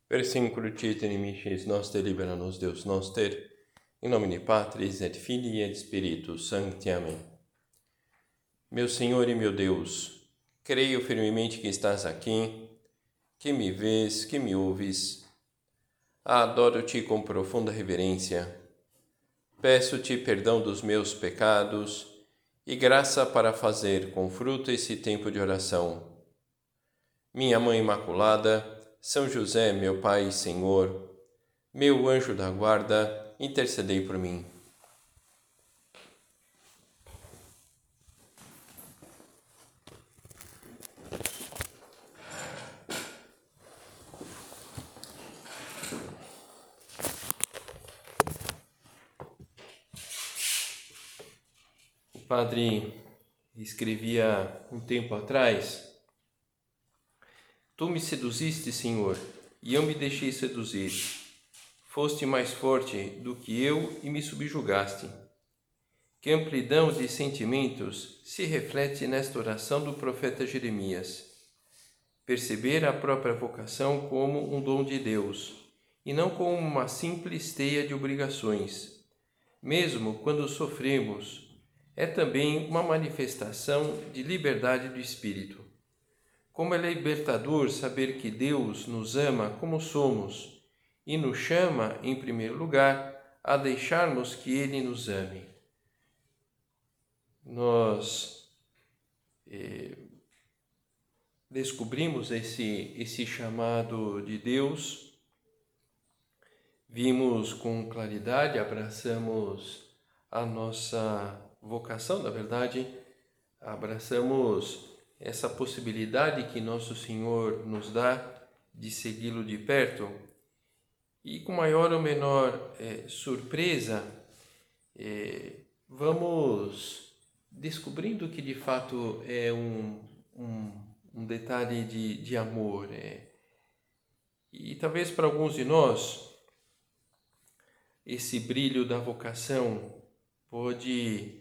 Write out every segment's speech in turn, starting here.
Versicolo 7 nimicis noster libera-nos Deus noster, in nomine Patris et Filii et Spiritus Sancti. Amém. Meu Senhor e meu Deus, creio firmemente que estás aqui, que me vês, que me ouves. Adoro-te com profunda reverência. Peço-te perdão dos meus pecados e graça para fazer com fruto esse tempo de oração. Minha Mãe Imaculada, São José, meu Pai e Senhor, meu anjo da guarda, intercedei por mim. O padre escrevia um tempo atrás: Tu me seduziste, Senhor, e eu me deixei seduzir. Foste mais forte do que eu e me subjugaste. Que amplidão de sentimentos se reflete nesta oração do profeta Jeremias. Perceber a própria vocação como um dom de Deus, e não como uma simples teia de obrigações. Mesmo quando sofremos, é também uma manifestação de liberdade do espírito. Como é libertador saber que Deus nos ama como somos e nos chama, em primeiro lugar, a deixarmos que Ele nos ame. Nós descobrimos esse chamado de Deus, vimos com claridade, abraçamos a nossa vocação, na verdade, abraçamos essa possibilidade que Nosso Senhor nos dá de segui-lo de perto, e com maior ou menor surpresa, vamos descobrindo que de fato é um detalhe de amor. E talvez para alguns de nós, esse brilho da vocação pode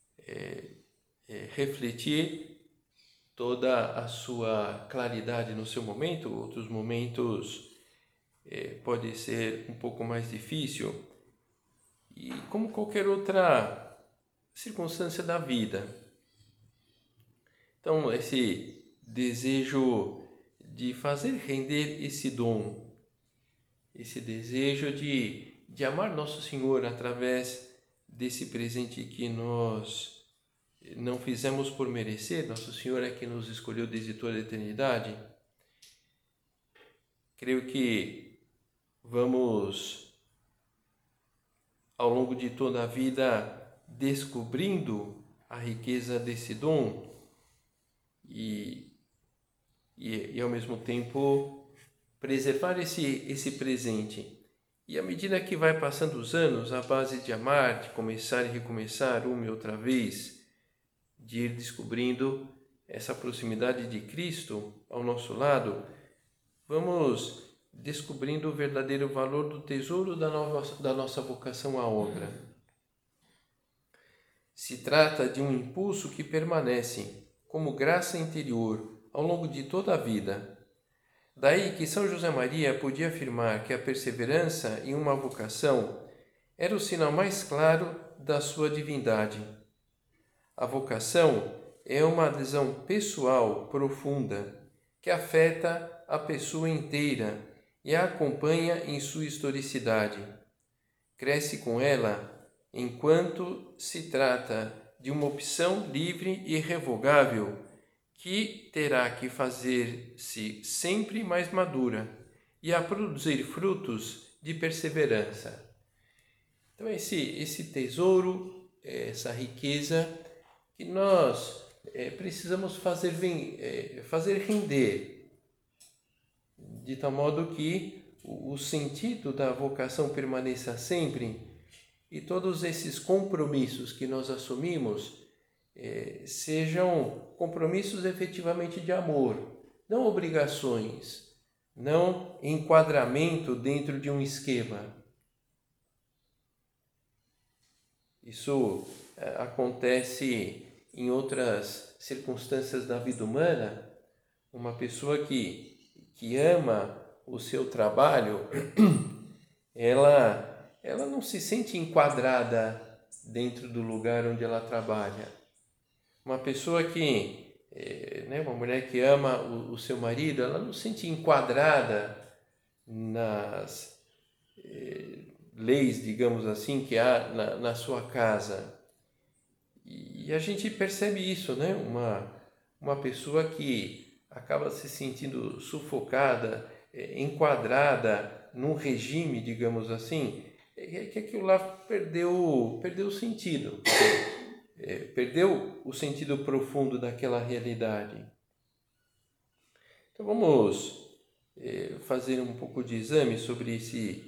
refletir toda a sua claridade no seu momento. Outros momentos pode ser um pouco mais difícil, e como qualquer outra circunstância da vida. Então, esse desejo de fazer render esse dom, esse desejo de amar Nosso Senhor através desse presente que nós não fizemos por merecer. Nosso Senhor é que nos escolheu desde toda a eternidade. Creio que vamos, ao longo de toda a vida, descobrindo a riqueza desse dom e ao mesmo tempo preservar esse presente. E à medida que vai passando os anos, a base de amar, de começar e recomeçar uma e outra vez, de ir descobrindo essa proximidade de Cristo ao nosso lado, vamos descobrindo o verdadeiro valor do tesouro da nossa vocação à obra. Se trata de um impulso que permanece como graça interior ao longo de toda a vida. Daí que São José Maria podia afirmar que a perseverança em uma vocação era o sinal mais claro da sua divindade. A vocação é uma adesão pessoal profunda que afeta a pessoa inteira e a acompanha em sua historicidade. Cresce com ela enquanto se trata de uma opção livre e irrevogável que terá que fazer-se sempre mais madura e a produzir frutos de perseverança. Então, esse tesouro, essa riqueza que nós precisamos fazer render, de tal modo que o sentido da vocação permaneça sempre, e todos esses compromissos que nós assumimos sejam compromissos efetivamente de amor, não obrigações, não enquadramento dentro de um esquema. Isso acontece em outras circunstâncias da vida humana. Uma pessoa que ama o seu trabalho, ela não se sente enquadrada dentro do lugar onde ela trabalha. Uma pessoa que, uma mulher que ama o seu marido, ela não se sente enquadrada nas leis, digamos assim, que há na sua casa. E a gente percebe isso, né? Uma pessoa que acaba se sentindo sufocada, enquadrada num regime, digamos assim, que aquilo lá perdeu o sentido, perdeu o sentido profundo daquela realidade. Então vamos fazer um pouco de exame sobre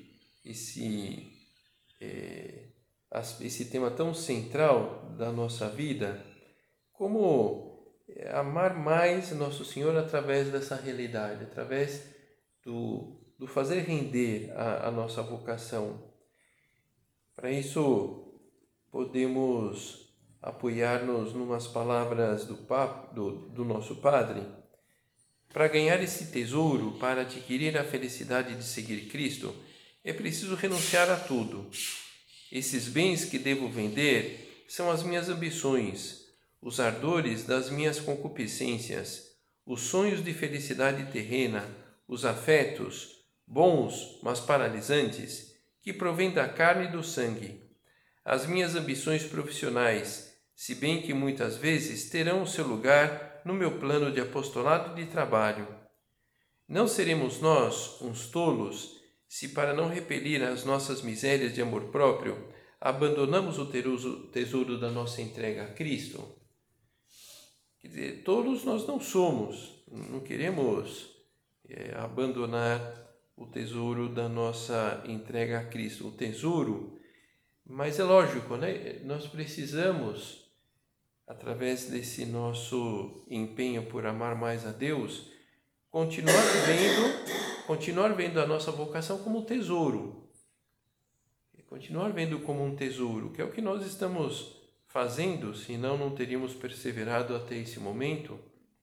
esse tema tão central da nossa vida, como amar mais Nosso Senhor através dessa realidade, através do fazer render a nossa vocação. Para isso, podemos apoiar-nos numas palavras do nosso Padre. Para ganhar esse tesouro, para adquirir a felicidade de seguir Cristo, é preciso renunciar a tudo. Esses bens que devo vender são as minhas ambições, os ardores das minhas concupiscências, os sonhos de felicidade terrena, os afetos, bons, mas paralisantes, que provêm da carne e do sangue. As minhas ambições profissionais, se bem que muitas vezes terão o seu lugar no meu plano de apostolado e de trabalho. Não seremos nós uns tolos se, para não repelir as nossas misérias de amor próprio, abandonamos o tesouro da nossa entrega a Cristo? Quer dizer, tolos nós não somos, não queremos abandonar o tesouro da nossa entrega a Cristo, o tesouro, mas é lógico, né? Nós precisamos, através desse nosso empenho por amar mais a Deus, continuar vendo a nossa vocação como um tesouro. Continuar vendo como um tesouro, que é o que nós estamos fazendo, senão não teríamos perseverado até esse momento.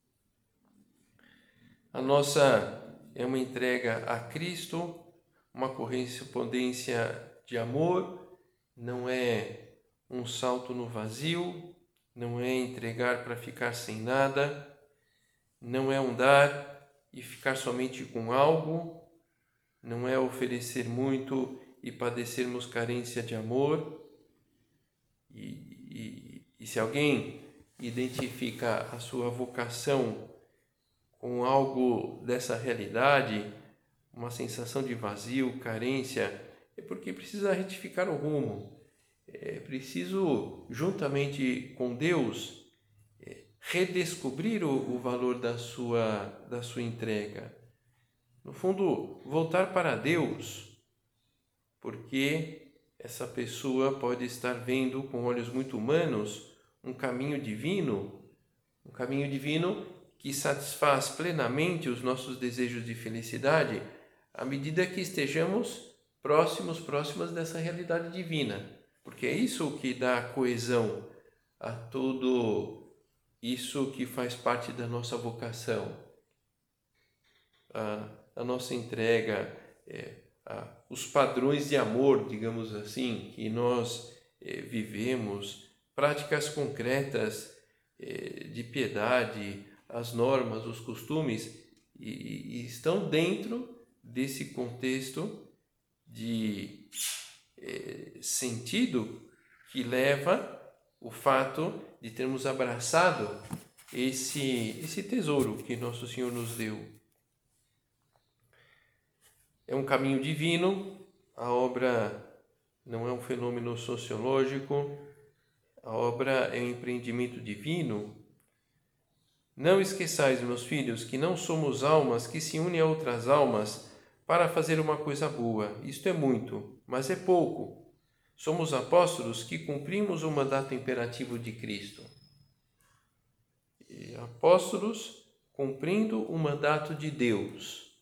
A nossa é uma entrega a Cristo, uma correspondência de amor, não é um salto no vazio, não é entregar para ficar sem nada, não é um dar e ficar somente com algo, não é oferecer muito e padecermos carência de amor. E se alguém identifica a sua vocação com algo dessa realidade, uma sensação de vazio, carência, é porque precisa retificar o rumo. É preciso, juntamente com Deus, redescobrir o valor da sua entrega. No fundo, voltar para Deus, porque essa pessoa pode estar vendo com olhos muito humanos um caminho divino que satisfaz plenamente os nossos desejos de felicidade à medida que estejamos próximas dessa realidade divina, porque é isso que dá coesão a tudo isso que faz parte da nossa vocação, a nossa entrega, os padrões de amor, digamos assim, que nós vivemos, práticas concretas de piedade, as normas, os costumes, e estão dentro desse contexto de sentido que leva o fato de termos abraçado esse tesouro que Nosso Senhor nos deu. É um caminho divino, a obra não é um fenômeno sociológico, a obra é um empreendimento divino. Não esqueçais, meus filhos, que não somos almas que se unem a outras almas para fazer uma coisa boa. Isto é muito, mas é pouco. Somos apóstolos que cumprimos o mandato imperativo de Cristo. E apóstolos cumprindo o mandato de Deus.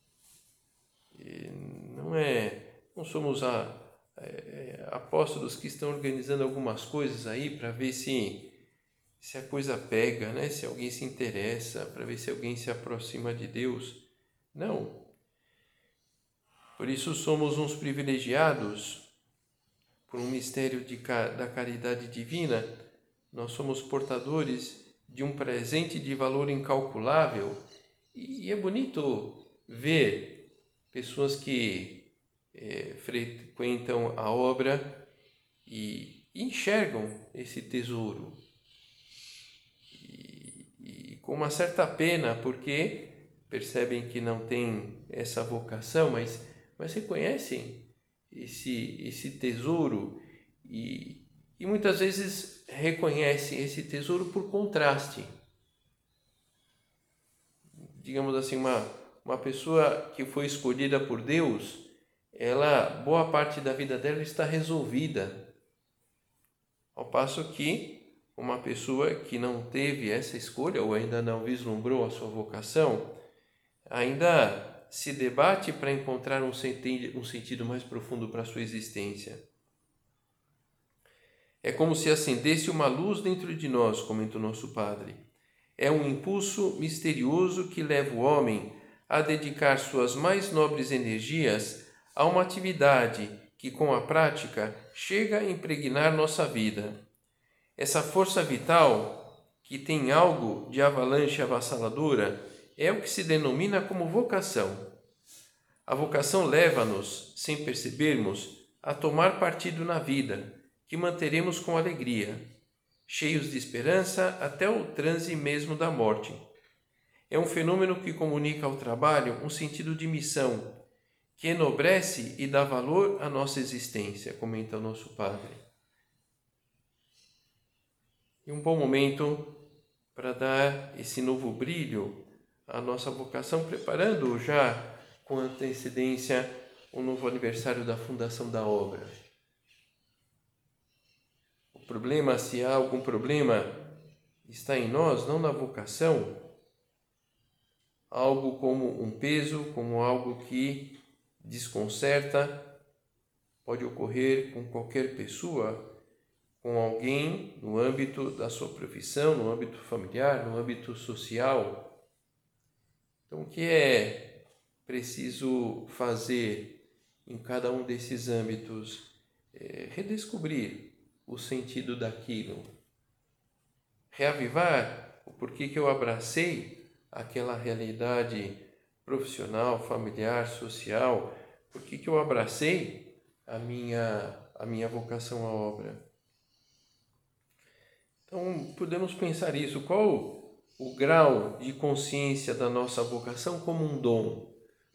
E não somos apóstolos que estão organizando algumas coisas aí para ver se a coisa pega, né? Se alguém se interessa, para ver se alguém se aproxima de Deus. Não. Por isso somos uns privilegiados por um mistério da caridade divina. Nós somos portadores de um presente de valor incalculável. E é bonito ver pessoas que frequentam a obra e enxergam esse tesouro. E com uma certa pena, porque percebem que não têm essa vocação, mas reconhecem esse tesouro e muitas vezes reconhecem esse tesouro por contraste. Digamos assim, uma pessoa que foi escolhida por Deus, boa parte da vida dela está resolvida. Ao passo que uma pessoa que não teve essa escolha ou ainda não vislumbrou a sua vocação, ainda se debate para encontrar um sentido mais profundo para a sua existência. É como se acendesse uma luz dentro de nós, comenta o nosso Padre. É um impulso misterioso que leva o homem a dedicar suas mais nobres energias a uma atividade que, com a prática, chega a impregnar nossa vida. Essa força vital, que tem algo de avalanche avassaladora, é o que se denomina como vocação. A vocação leva-nos, sem percebermos, a tomar partido na vida, que manteremos com alegria, cheios de esperança até o transe mesmo da morte. É um fenômeno que comunica ao trabalho um sentido de missão, que enobrece e dá valor à nossa existência, comenta o nosso Padre. E um bom momento para dar esse novo brilho à nossa vocação, preparando já com antecedência o novo aniversário da fundação da obra. O problema, se há algum problema, está em nós, não na vocação. Algo como um peso, como algo que desconcerta, pode ocorrer com qualquer pessoa, com alguém no âmbito da sua profissão, no âmbito familiar, no âmbito social. Então, o que é preciso fazer em cada um desses âmbitos? Redescobrir o sentido daquilo. Reavivar o porquê que eu abracei aquela realidade profissional, familiar, social, porquê que eu abracei a minha vocação à obra. Então, podemos pensar isso. Qual o grau de consciência da nossa vocação como um dom?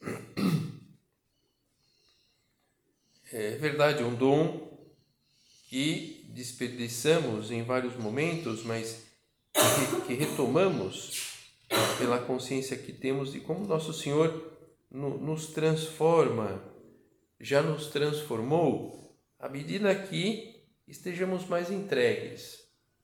É verdade, um dom que desperdiçamos em vários momentos, mas que retomamos pela consciência que temos de como Nosso Senhor nos transforma, já nos transformou à medida que estejamos mais entregues.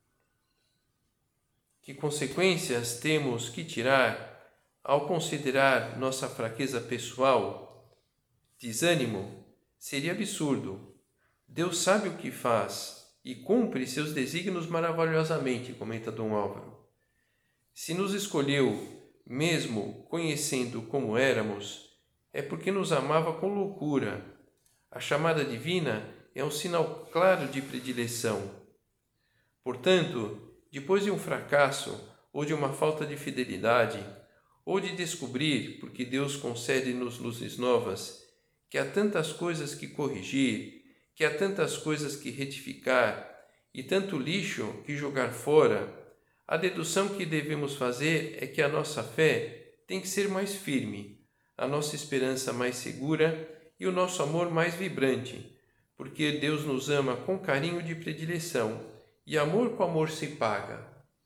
Que consequências temos que tirar ao considerar nossa fraqueza pessoal? Desânimo seria absurdo. Deus sabe o que faz e cumpre seus desígnios maravilhosamente, comenta Dom Álvaro. Se nos escolheu, mesmo conhecendo como éramos, é porque nos amava com loucura. A chamada divina é um sinal claro de predileção. Portanto, depois de um fracasso, ou de uma falta de fidelidade, ou de descobrir, porque Deus concede-nos luzes novas, que há tantas coisas que corrigir, que há tantas coisas que retificar, e tanto lixo que jogar fora, a dedução que devemos fazer é que a nossa fé tem que ser mais firme, a nossa esperança mais segura e o nosso amor mais vibrante, porque Deus nos ama com carinho de predileção, e amor com amor se paga.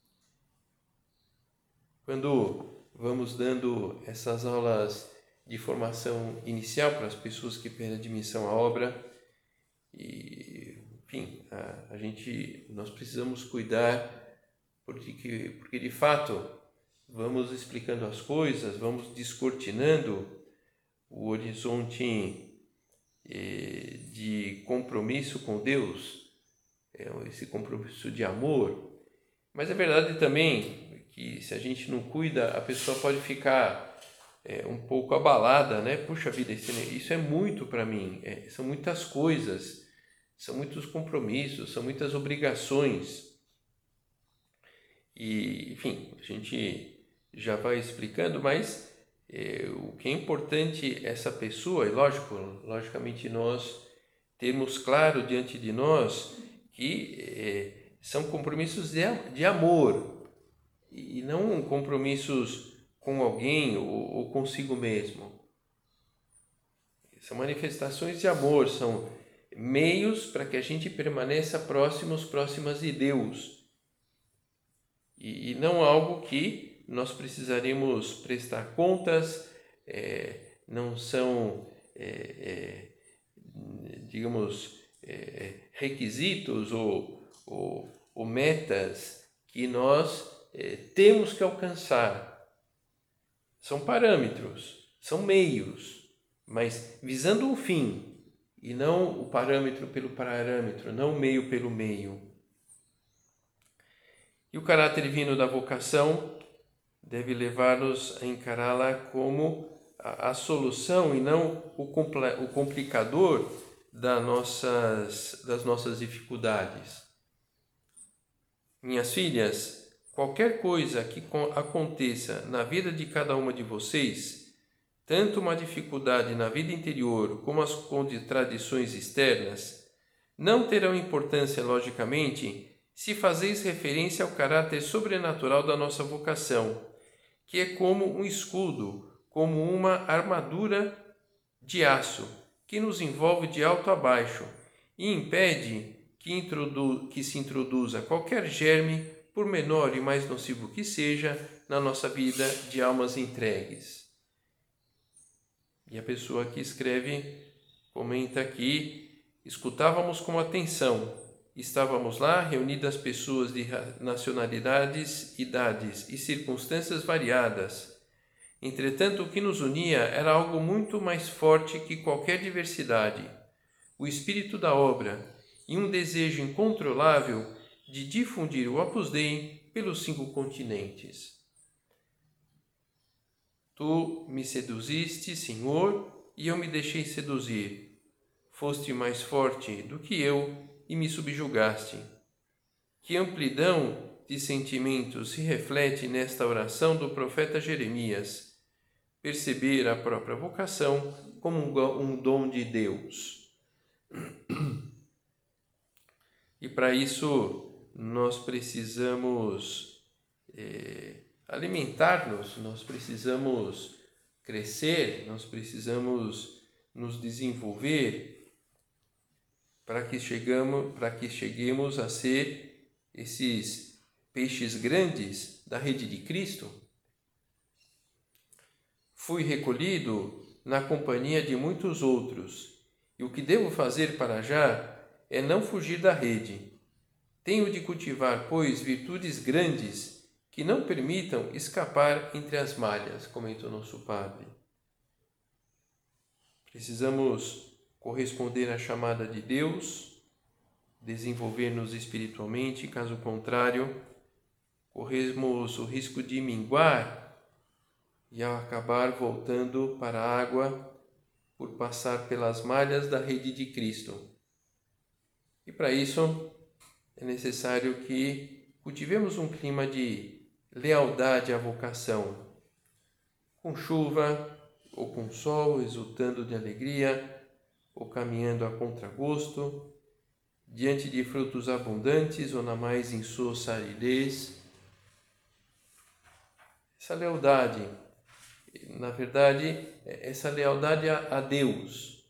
Quando vamos dando essas aulas de formação inicial para as pessoas que pedem admissão à obra, enfim, nós precisamos cuidar, porque de fato vamos explicando as coisas, vamos descortinando o horizonte de compromisso com Deus, esse compromisso de amor. Mas é verdade também que se a gente não cuida, a pessoa pode ficar um pouco abalada, né? Puxa vida, isso é muito para mim, são muitas coisas, são muitos compromissos, são muitas obrigações. E, enfim, a gente já vai explicando, mas o que é importante essa pessoa, e logicamente nós termos claro diante de nós que são compromissos de amor e não compromissos com alguém ou consigo mesmo. São manifestações de amor, são meios para que a gente permaneça próximas de Deus. E não algo que nós precisaremos prestar contas, não são, digamos, requisitos ou metas que nós temos que alcançar. São parâmetros, são meios, mas visando um fim, e não o parâmetro pelo parâmetro, não o meio pelo meio. E o caráter divino da vocação deve levar-nos a encará-la como a solução e não o complicador das nossas dificuldades. Minhas filhas, qualquer coisa que aconteça na vida de cada uma de vocês, tanto uma dificuldade na vida interior como as contradições externas, não terão importância, logicamente, se fazeis referência ao caráter sobrenatural da nossa vocação, que é como um escudo, como uma armadura de aço, que nos envolve de alto a baixo e impede que se introduza qualquer germe, por menor e mais nocivo que seja, na nossa vida de almas entregues. E a pessoa que escreve comenta aqui: escutávamos com atenção. Estávamos lá, reunidas pessoas de nacionalidades, idades e circunstâncias variadas. Entretanto, o que nos unia era algo muito mais forte que qualquer diversidade: o espírito da obra e um desejo incontrolável de difundir o Opus Dei pelos 5 continentes. Tu me seduziste, Senhor, e eu me deixei seduzir. Foste mais forte do que eu e me subjugaste. Que amplidão de sentimentos se reflete nesta oração do profeta Jeremias. Perceber a própria vocação como um dom de Deus. E para isso nós precisamos alimentar-nos, nós precisamos crescer, nós precisamos nos desenvolver para que cheguemos a ser esses peixes grandes da rede de Cristo. Fui recolhido na companhia de muitos outros, e o que devo fazer para já é não fugir da rede. Tenho de cultivar, pois, virtudes grandes que não permitam escapar entre as malhas, comenta o nosso Padre. Precisamos corresponder à chamada de Deus, desenvolver-nos espiritualmente, caso contrário, corremos o risco de minguar e ao acabar voltando para a água por passar pelas malhas da rede de Cristo. E para isso é necessário que cultivemos um clima de lealdade à vocação, com chuva ou com sol, exultando de alegria, ou caminhando a contragosto, diante de frutos abundantes ou na mais insossa aridez. Essa lealdade, na verdade, essa lealdade a Deus,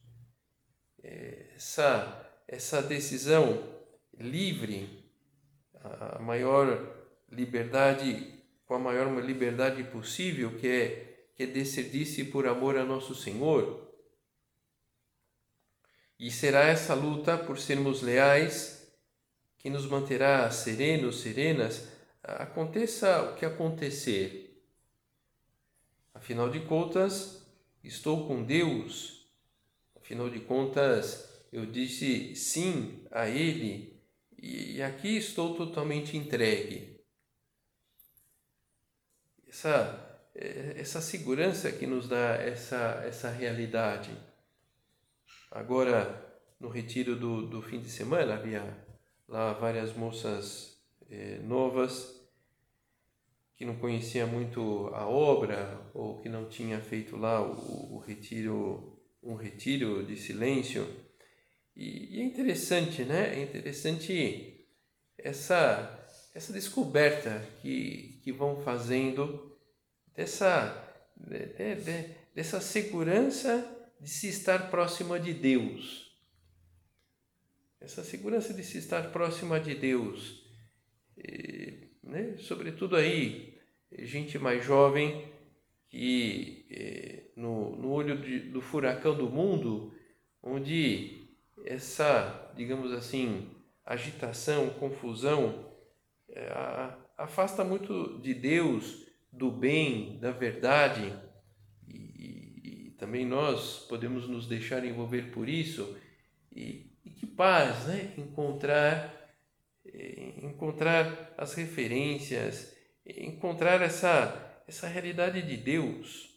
essa decisão livre, a maior liberdade, com a maior liberdade possível, que é decidir-se por amor a nosso Senhor. E será essa luta por sermos leais que nos manterá serenos, serenas, aconteça o que acontecer. Afinal de contas, estou com Deus. Afinal de contas, eu disse sim a Ele e aqui estou totalmente entregue. essa segurança que nos dá essa realidade. Agora, no retiro do fim de semana, havia lá várias moças novas que não conhecia muito a obra ou que não tinha feito lá o retiro, um retiro de silêncio. E é interessante, né? É interessante essa descoberta que vão fazendo dessa segurança de se estar próxima de Deus. Essa segurança de se estar próxima de Deus. Né? Sobretudo aí, gente mais jovem que no olho do furacão do mundo, onde essa, digamos assim, agitação, confusão, afasta muito de Deus, do bem, da verdade, e também nós podemos nos deixar envolver por isso, e que paz, né? Encontrar as referências, encontrar essa realidade de Deus.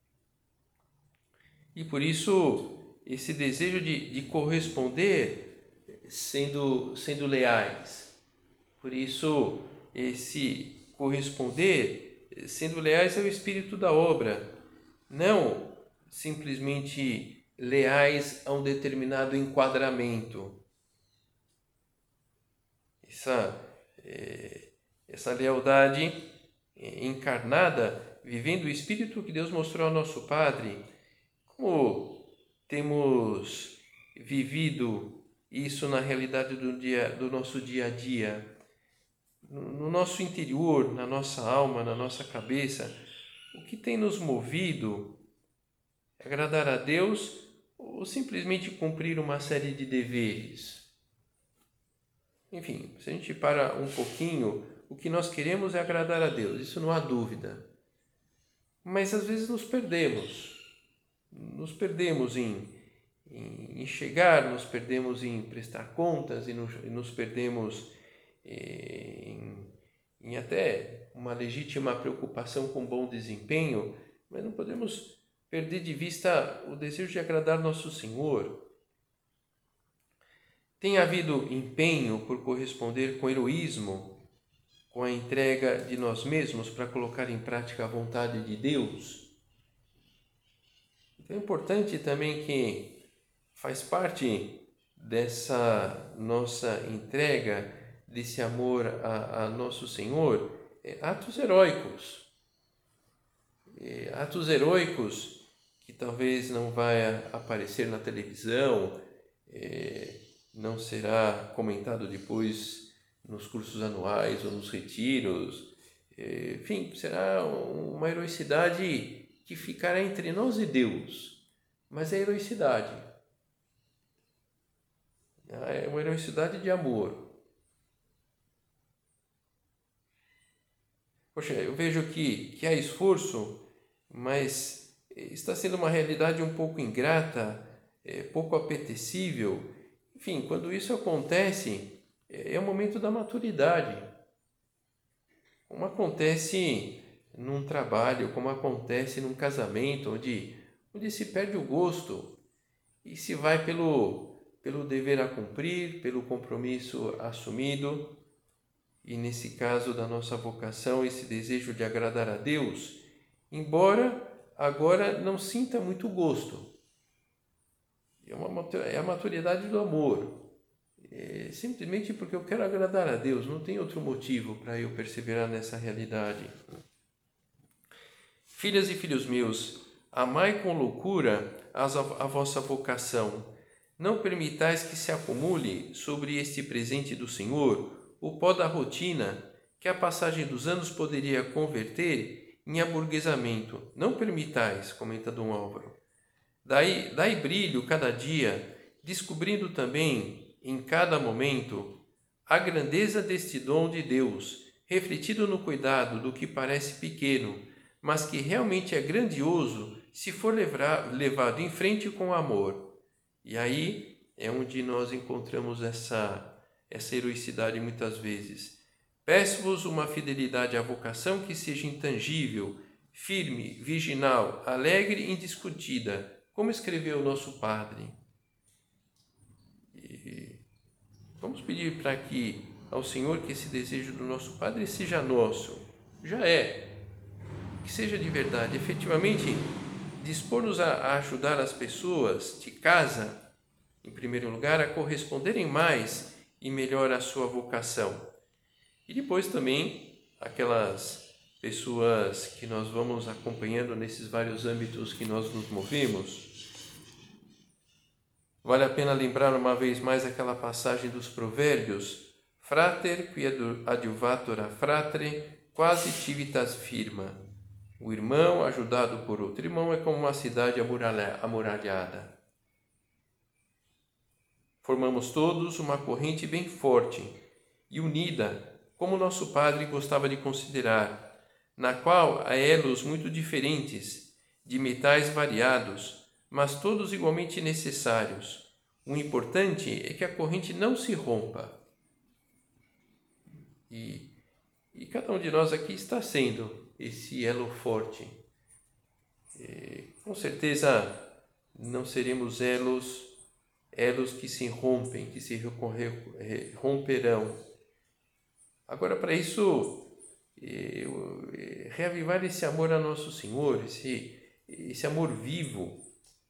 E por isso, esse desejo de corresponder sendo leais. Por isso, esse corresponder sendo leais é o espírito da obra. Não simplesmente leais a um determinado enquadramento. Essa lealdade encarnada, vivendo o Espírito que Deus mostrou ao nosso Padre. Como temos vivido isso na realidade do nosso dia a dia, no nosso interior, na nossa alma, na nossa cabeça, o que tem nos movido a agradar a Deus ou simplesmente cumprir uma série de deveres? Enfim, se a gente para um pouquinho, o que nós queremos é agradar a Deus, isso não há dúvida. Mas às vezes nos perdemos em chegar, nos perdemos em prestar contas e nos perdemos em até uma legítima preocupação com bom desempenho, mas não podemos perder de vista o desejo de agradar nosso Senhor. Tem havido empenho por corresponder com heroísmo, com a entrega de nós mesmos para colocar em prática a vontade de Deus? Então é importante também que faz parte dessa nossa entrega, desse amor a nosso Senhor, atos heróicos. Atos heróicos que talvez não vai aparecer na televisão, não será comentado depois nos cursos anuais ou nos retiros. Enfim, será uma heroicidade que ficará entre nós e Deus. Mas é heroicidade. É uma heroicidade de amor. Poxa, eu vejo que há esforço, mas está sendo uma realidade um pouco ingrata, pouco apetecível. Enfim, quando isso acontece, é o momento da maturidade. Como acontece num trabalho, como acontece num casamento, onde se perde o gosto e se vai pelo dever a cumprir, pelo compromisso assumido. E nesse caso da nossa vocação, esse desejo de agradar a Deus, embora agora não sinta muito gosto. É a maturidade do amor. Simplesmente porque eu quero agradar a Deus, não tem outro motivo para eu perseverar nessa realidade. Filhas e filhos meus, amai com loucura a vossa vocação. Não permitais que se acumule sobre este presente do Senhor o pó da rotina que a passagem dos anos poderia converter em aburguesamento. Não permitais, comenta Dom Álvaro. Dai brilho cada dia, descobrindo também, em cada momento, a grandeza deste dom de Deus, refletido no cuidado do que parece pequeno, mas que realmente é grandioso se for levado em frente com amor. E aí é onde nós encontramos essa heroicidade muitas vezes. Peço-vos uma fidelidade à vocação que seja intangível, firme, virginal, alegre e indiscutida, como escreveu o nosso Padre. E vamos pedir para que ao Senhor que esse desejo do nosso Padre seja nosso. Já é. Que seja de verdade. Efetivamente, dispor-nos a ajudar as pessoas de casa, em primeiro lugar, a corresponderem mais e melhor à sua vocação. E depois também aquelas pessoas que nós vamos acompanhando nesses vários âmbitos que nós nos movemos. Vale a pena lembrar uma vez mais aquela passagem dos Provérbios: Frater qui adjuvator a fratre, quasi civitas firma. O irmão ajudado por outro irmão é como uma cidade amuralhada. Formamos todos uma corrente bem forte e unida, como nosso Padre gostava de considerar, na qual há elos muito diferentes, de metais variados, mas todos igualmente necessários. O importante é que a corrente não se rompa. E cada um de nós aqui está sendo esse elo forte. Com certeza não seremos elos que se rompem, que se romperão. Agora, para isso, reavivar esse amor a Nosso Senhor, esse amor vivo.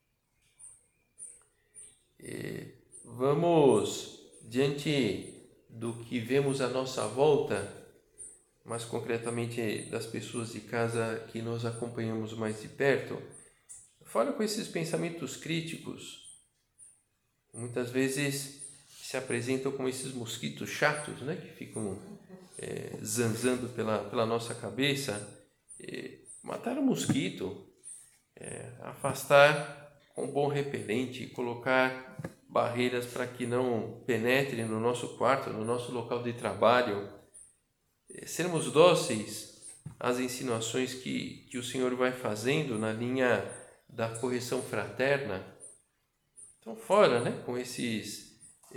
Vamos, diante do que vemos à nossa volta, mas concretamente das pessoas de casa que nós acompanhamos mais de perto, fora com esses pensamentos críticos. Muitas vezes se apresentam como esses mosquitos chatos, né, que ficam zanzando pela nossa cabeça. Matar o mosquito, afastar com bom repelente, colocar barreiras para que não penetre no nosso quarto, no nosso local de trabalho, sermos dóceis às insinuações que o Senhor vai fazendo na linha da correção fraterna. Então, fora, com esses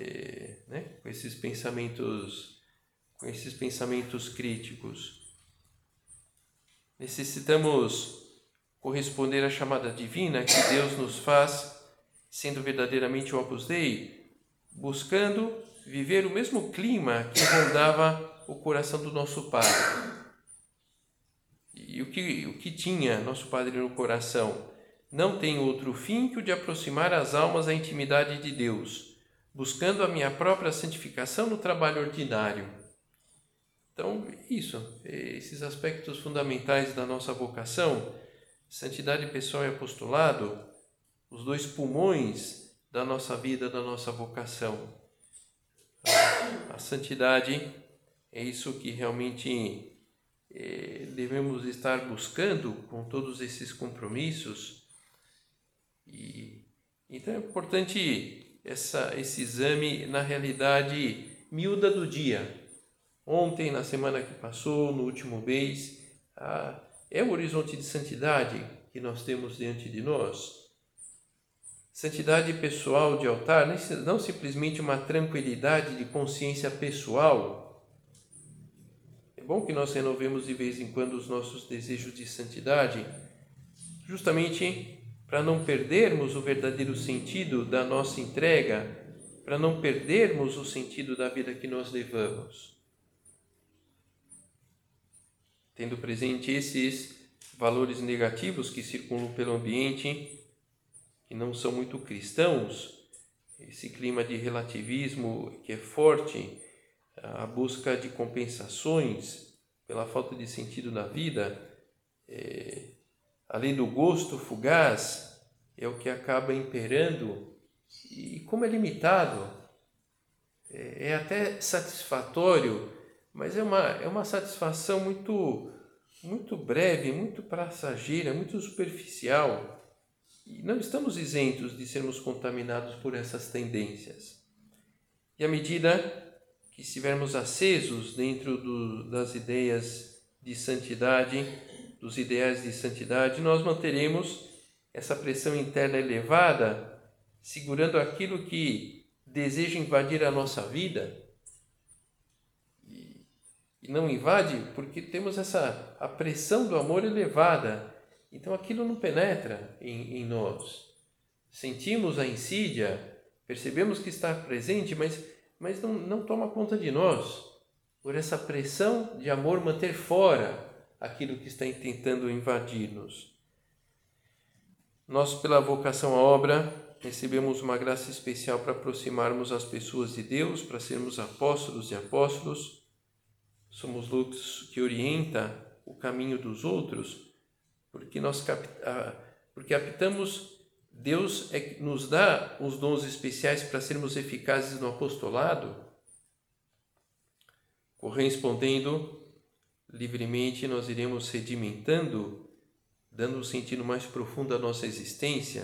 pensamentos críticos. Necessitamos corresponder à chamada divina que Deus nos faz, sendo verdadeiramente o Opus Dei, buscando viver o mesmo clima que rondava o coração do nosso Padre. E o que tinha nosso Padre no coração? Não tem outro fim que o de aproximar as almas à intimidade de Deus, buscando a minha própria santificação no trabalho ordinário. Então, esses aspectos fundamentais da nossa vocação, santidade pessoal e apostolado, os dois pulmões da nossa vida, da nossa vocação. A santidade é isso que realmente devemos estar buscando com todos esses compromissos. Então é importante esse exame, na realidade, miúda do dia. Ontem, na semana que passou, no último mês, é o horizonte de santidade que nós temos diante de nós. Santidade pessoal de altar, não simplesmente uma tranquilidade de consciência pessoal. É bom que nós renovemos de vez em quando os nossos desejos de santidade, justamente para não perdermos o verdadeiro sentido da nossa entrega, para não perdermos o sentido da vida que nós levamos. Tendo presente esses valores negativos que circulam pelo ambiente, que não são muito cristãos, esse clima de relativismo que é forte, a busca de compensações pela falta de sentido na vida, além do gosto fugaz, é o que acaba imperando, e como é limitado, é até satisfatório, mas é uma satisfação muito breve, muito passageira, muito superficial. E não estamos isentos de sermos contaminados por essas tendências. E à medida que estivermos acesos dentro das ideias de santidade, dos ideais de santidade, nós manteremos essa pressão interna elevada, segurando aquilo que deseja invadir a nossa vida. e não invade porque temos a pressão do amor elevada. Então aquilo não penetra em nós. Sentimos a insídia, percebemos que está presente, mas não toma conta de nós. Por essa pressão de amor manter fora aquilo que está tentando invadir-nos. Nós, pela vocação à obra, recebemos uma graça especial para aproximarmos as pessoas de Deus, para sermos apóstolos e apóstolos. Somos luz que orienta o caminho dos outros, porque habitamos, Deus nos dá os dons especiais para sermos eficazes no apostolado. Correspondendo livremente, nós iremos sedimentando, dando um sentido mais profundo à nossa existência.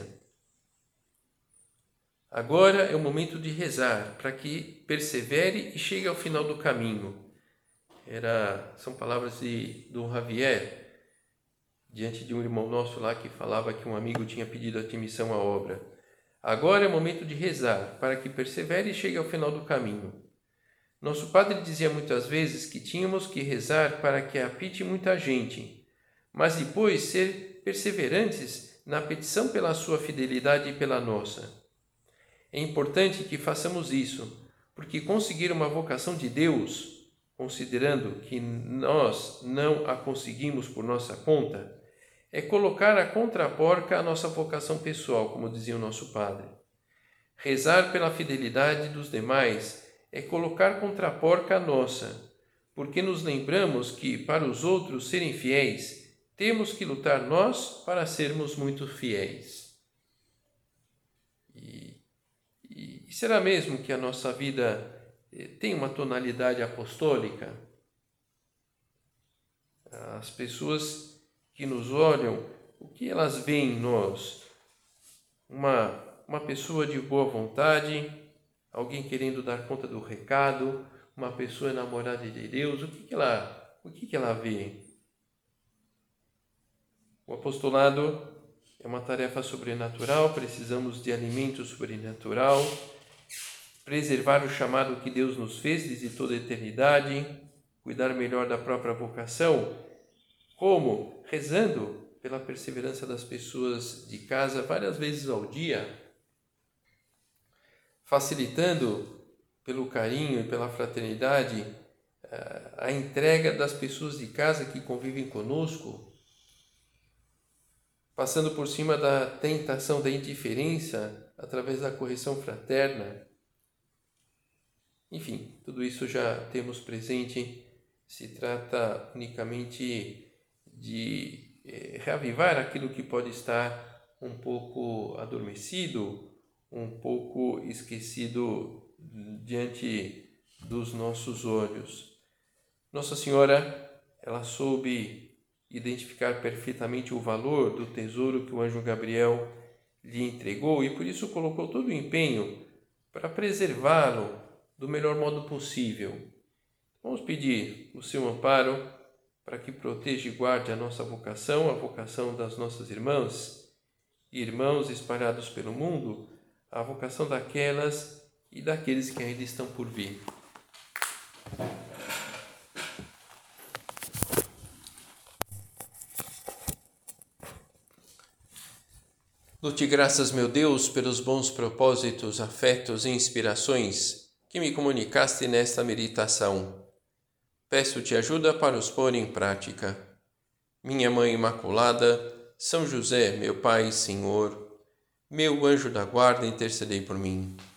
Agora é o momento de rezar, para que persevere e chegue ao final do caminho. São palavras de Dom Javier, diante de um irmão nosso lá que falava que um amigo tinha pedido admissão à obra. Agora é o momento de rezar, para que persevere e chegue ao final do caminho. Nosso padre dizia muitas vezes que tínhamos que rezar para que apite muita gente, mas depois ser perseverantes na petição pela sua fidelidade e pela nossa. É importante que façamos isso, porque conseguir uma vocação de Deus, considerando que nós não a conseguimos por nossa conta, é colocar a contraporca a nossa vocação pessoal, como dizia o nosso padre. Rezar pela fidelidade dos demais é colocar contraporca a nossa, porque nos lembramos que, para os outros serem fiéis, temos que lutar nós para sermos muito fiéis. E será mesmo que a nossa vida tem uma tonalidade apostólica? As pessoas que nos olham, o que elas veem em nós? Uma pessoa de boa vontade, alguém querendo dar conta do recado, uma pessoa enamorada de Deus, o que ela vê? O apostolado é uma tarefa sobrenatural, precisamos de alimento sobrenatural, preservar o chamado que Deus nos fez desde toda a eternidade, cuidar melhor da própria vocação. Como? Rezando pela perseverança das pessoas de casa várias vezes ao dia, facilitando pelo carinho e pela fraternidade a entrega das pessoas de casa que convivem conosco, passando por cima da tentação da indiferença através da correção fraterna. Enfim, tudo isso já temos presente. Se trata unicamente de reavivar aquilo que pode estar um pouco adormecido, um pouco esquecido diante dos nossos olhos. Nossa Senhora, ela soube identificar perfeitamente o valor do tesouro que o anjo Gabriel lhe entregou e por isso colocou todo o empenho para preservá-lo do melhor modo possível. Vamos pedir o seu amparo para que proteja e guarde a nossa vocação, a vocação das nossas irmãs e irmãos espalhados pelo mundo, a vocação daquelas e daqueles que ainda estão por vir. Dou-te graças, meu Deus, pelos bons propósitos, afetos e inspirações que me comunicaste nesta meditação. Peço-te ajuda para os pôr em prática. Minha Mãe Imaculada, São José, meu Pai e Senhor, meu anjo da guarda, intercedei por mim.